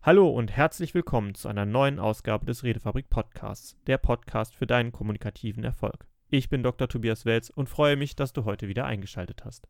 Hallo und herzlich willkommen zu einer neuen Ausgabe des Redefabrik Podcasts, der Podcast für deinen kommunikativen Erfolg. Ich bin Dr. Tobias Welz und freue mich, dass du heute wieder eingeschaltet hast.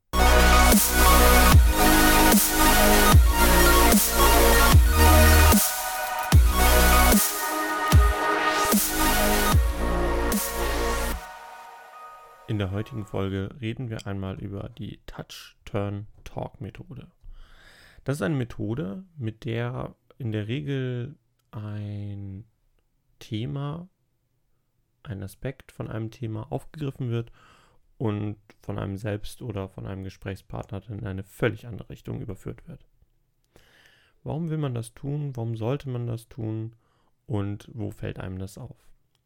In der heutigen Folge reden wir einmal über die Touch-Turn-Talk-Methode. Das ist eine Methode, mit der in der Regel ein Thema, ein Aspekt von einem Thema aufgegriffen wird und von einem selbst oder von einem Gesprächspartner dann in eine völlig andere Richtung überführt wird. Warum will man das tun? Warum sollte man das tun? Und wo fällt einem das auf?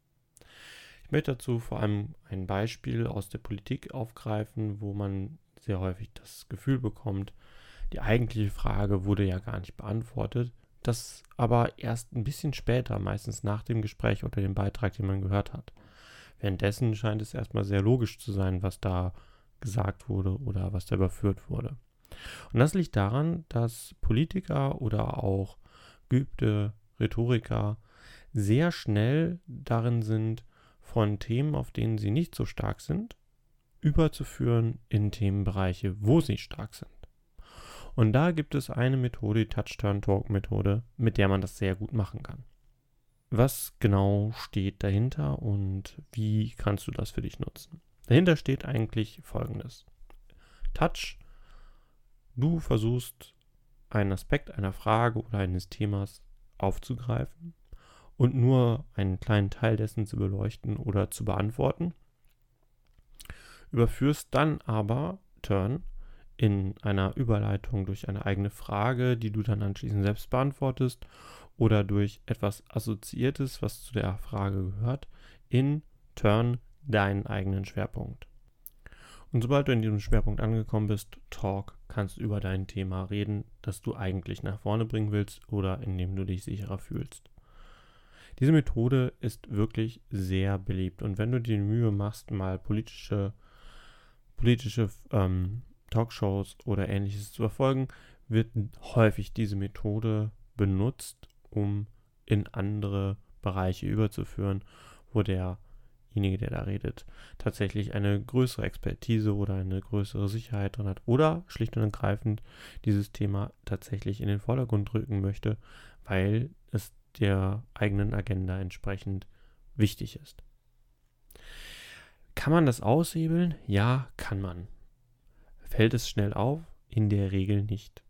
Ich möchte dazu vor allem ein Beispiel aus der Politik aufgreifen, wo man sehr häufig das Gefühl bekommt, die eigentliche Frage wurde ja gar nicht beantwortet, das aber erst ein bisschen später, meistens nach dem Gespräch oder dem Beitrag, den man gehört hat. Währenddessen scheint es erstmal sehr logisch zu sein, was da gesagt wurde oder was da überführt wurde. Und das liegt daran, dass Politiker oder auch geübte Rhetoriker sehr schnell darin sind, von Themen, auf denen sie nicht so stark sind, überzuführen in Themenbereiche, wo sie stark sind. Und da gibt es eine Methode, die Touch-Turn-Talk-Methode, mit der man das sehr gut machen kann. Was genau steht dahinter und wie kannst du das für dich nutzen? Dahinter steht eigentlich Folgendes. Touch, du versuchst einen Aspekt einer Frage oder eines Themas aufzugreifen und nur einen kleinen Teil dessen zu beleuchten oder zu beantworten. Überführst dann aber Turn in einer Überleitung durch eine eigene Frage, die du dann anschließend selbst beantwortest, oder durch etwas Assoziiertes, was zu der Frage gehört, in Turn deinen eigenen Schwerpunkt. Und sobald du in diesem Schwerpunkt angekommen bist, Talk, kannst du über dein Thema reden, das du eigentlich nach vorne bringen willst oder in dem du dich sicherer fühlst. Diese Methode ist wirklich sehr beliebt und wenn du dir die Mühe machst, mal politische Talkshows oder Ähnliches zu verfolgen, wird häufig diese Methode benutzt, um in andere Bereiche überzuführen, wo derjenige, der da redet, tatsächlich eine größere Expertise oder eine größere Sicherheit drin hat oder schlicht und ergreifend dieses Thema tatsächlich in den Vordergrund rücken möchte, weil es der eigenen Agenda entsprechend wichtig ist. Kann man das aushebeln? Ja, kann man. Fällt es schnell auf? In der Regel nicht.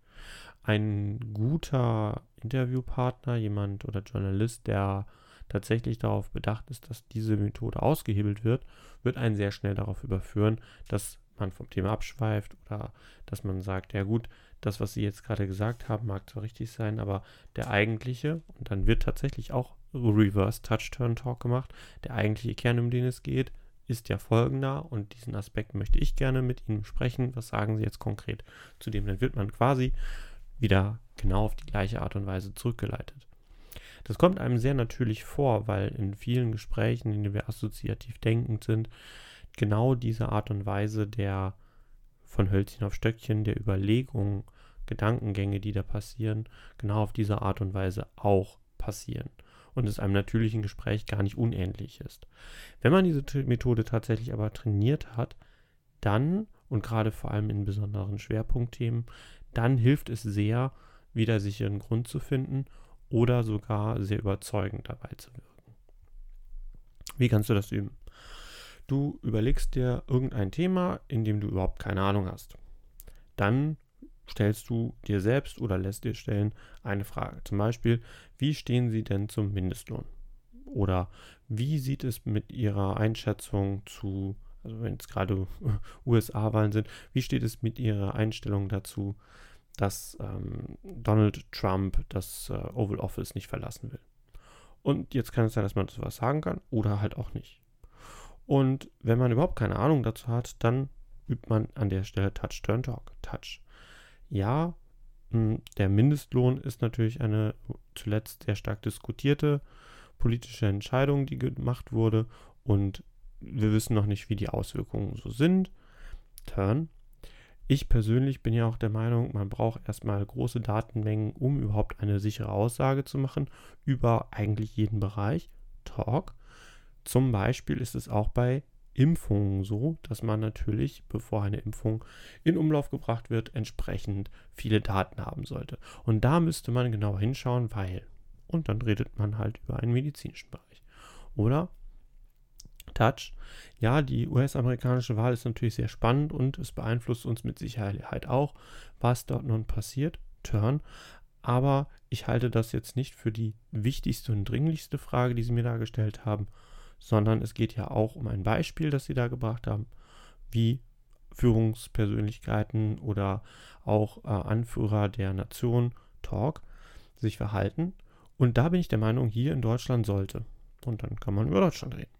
Ein guter Interviewpartner, jemand oder Journalist, der tatsächlich darauf bedacht ist, dass diese Methode ausgehebelt wird, wird einen sehr schnell darauf überführen, dass man vom Thema abschweift oder dass man sagt, ja gut, das, was Sie jetzt gerade gesagt haben, mag zwar richtig sein, aber der eigentliche, und dann wird tatsächlich auch Reverse Touch-Turn-Talk gemacht, der eigentliche Kern, um den es geht, ist ja folgender und diesen Aspekt möchte ich gerne mit Ihnen besprechen. Was sagen Sie jetzt konkret zu dem? Dann wird man quasi wieder genau auf die gleiche Art und Weise zurückgeleitet. Das kommt einem sehr natürlich vor, weil in vielen Gesprächen, in denen wir assoziativ denkend sind, genau diese Art und Weise der von Hölzchen auf Stöckchen, der Überlegungen, Gedankengänge, die da passieren, genau auf diese Art und Weise auch passieren. Und es einem natürlichen Gespräch gar nicht unähnlich ist. Wenn man diese Methode tatsächlich aber trainiert hat, dann, und gerade vor allem in besonderen Schwerpunktthemen, dann hilft es sehr, wieder sicheren Grund zu finden oder sogar sehr überzeugend dabei zu wirken. Wie kannst du das üben? Du überlegst dir irgendein Thema, in dem du überhaupt keine Ahnung hast. Dann stellst du dir selbst oder lässt dir stellen eine Frage. Zum Beispiel, wie stehen Sie denn zum Mindestlohn? Oder wie sieht es mit Ihrer Einschätzung zu, also wenn es gerade USA-Wahlen sind, wie steht es mit Ihrer Einstellung dazu, dass Donald Trump das Oval Office nicht verlassen will? Und jetzt kann es sein, dass man dazu was sagen kann oder halt auch nicht. Und wenn man überhaupt keine Ahnung dazu hat, dann übt man an der Stelle Touch-Turn-Talk. Touch. Ja, der Mindestlohn ist natürlich eine zuletzt sehr stark diskutierte politische Entscheidung, die gemacht wurde und wir wissen noch nicht, wie die Auswirkungen so sind. Turn. Ich persönlich bin ja auch der Meinung, man braucht erstmal große Datenmengen, um überhaupt eine sichere Aussage zu machen über eigentlich jeden Bereich. Talk. Zum Beispiel ist es auch bei Impfungen so, dass man natürlich, bevor eine Impfung in Umlauf gebracht wird, entsprechend viele Daten haben sollte. Und da müsste man genauer hinschauen, weil. Und dann redet man halt über einen medizinischen Bereich. Oder Touch. Ja, die US-amerikanische Wahl ist natürlich sehr spannend und es beeinflusst uns mit Sicherheit auch, was dort nun passiert. Turn. Aber ich halte das jetzt nicht für die wichtigste und dringlichste Frage, die Sie mir da gestellt haben, sondern es geht ja auch um ein Beispiel, das Sie da gebracht haben, wie Führungspersönlichkeiten oder auch Anführer der Nation, Talk, sich verhalten. Und da bin ich der Meinung, hier in Deutschland sollte. Und dann kann man über Deutschland reden.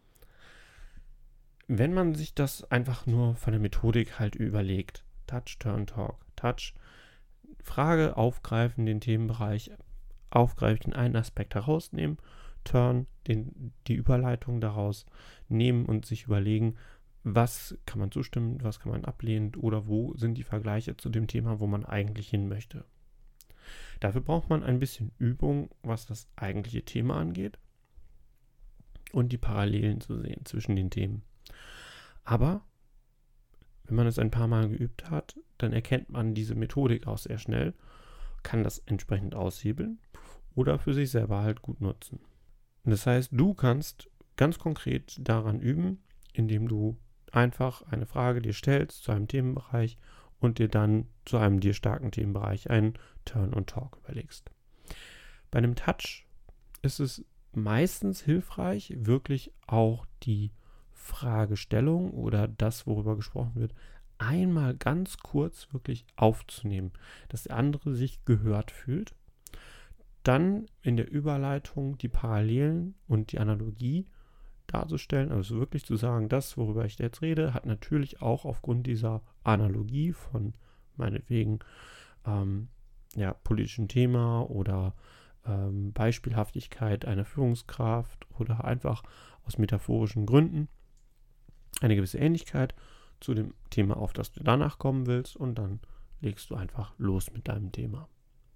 Wenn man sich das einfach nur von der Methodik halt überlegt, Touch, Turn, Talk, Touch, Frage aufgreifen, den Themenbereich aufgreifen, einen Aspekt herausnehmen, Turn, die Überleitung daraus nehmen und sich überlegen, was kann man zustimmen, was kann man ablehnen oder wo sind die Vergleiche zu dem Thema, wo man eigentlich hin möchte. Dafür braucht man ein bisschen Übung, was das eigentliche Thema angeht und die Parallelen zu sehen zwischen den Themen. Aber wenn man es ein paar Mal geübt hat, dann erkennt man diese Methodik auch sehr schnell, kann das entsprechend aushebeln oder für sich selber halt gut nutzen. Das heißt, du kannst ganz konkret daran üben, indem du einfach eine Frage dir stellst zu einem Themenbereich und dir dann zu einem dir starken Themenbereich einen Turn und Talk überlegst. Bei einem Touch ist es meistens hilfreich, wirklich auch die Fragestellung oder das, worüber gesprochen wird, einmal ganz kurz wirklich aufzunehmen, dass der andere sich gehört fühlt. Dann in der Überleitung die Parallelen und die Analogie darzustellen, also wirklich zu sagen, das, worüber ich jetzt rede, hat natürlich auch aufgrund dieser Analogie von meinetwegen politischen Thema oder Beispielhaftigkeit einer Führungskraft oder einfach aus metaphorischen Gründen eine gewisse Ähnlichkeit zu dem Thema, auf das du danach kommen willst, und dann legst du einfach los mit deinem Thema.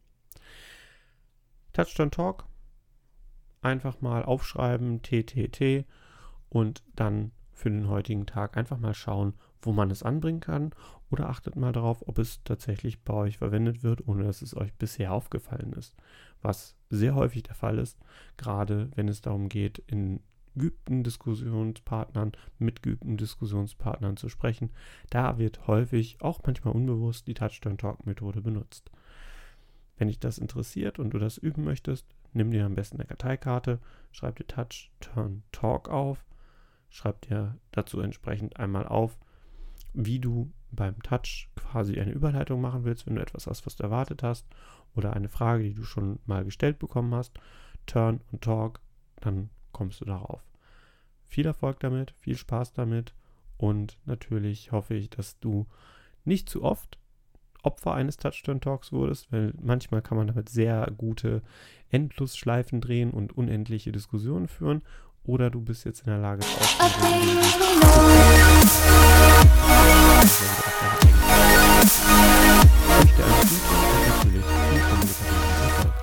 Touch, Turn, Talk. Einfach mal aufschreiben, TTT, und dann für den heutigen Tag einfach mal schauen, wo man es anbringen kann, oder achtet mal darauf, ob es tatsächlich bei euch verwendet wird, ohne dass es euch bisher aufgefallen ist. Was sehr häufig der Fall ist, gerade wenn es darum geht, mit geübten Diskussionspartnern zu sprechen. Da wird häufig, auch manchmal unbewusst, die Touch-Turn-Talk-Methode benutzt. Wenn dich das interessiert und du das üben möchtest, nimm dir am besten eine Karteikarte, schreib dir Touch, Turn, Talk auf, schreib dir dazu entsprechend einmal auf, wie du beim Touch quasi eine Überleitung machen willst, wenn du etwas hast, was du erwartet hast, oder eine Frage, die du schon mal gestellt bekommen hast. Turn und Talk, dann kommst du darauf. Viel Erfolg damit, viel Spaß damit, und natürlich hoffe ich, dass du nicht zu oft Opfer eines Touch-Turn-Talks wurdest, weil manchmal kann man damit sehr gute Endlosschleifen drehen und unendliche Diskussionen führen, oder du bist jetzt in der Lage, es auszuprobieren. Ich wünsche dir alles Gute und natürlich viel kommunikativen Erfolg.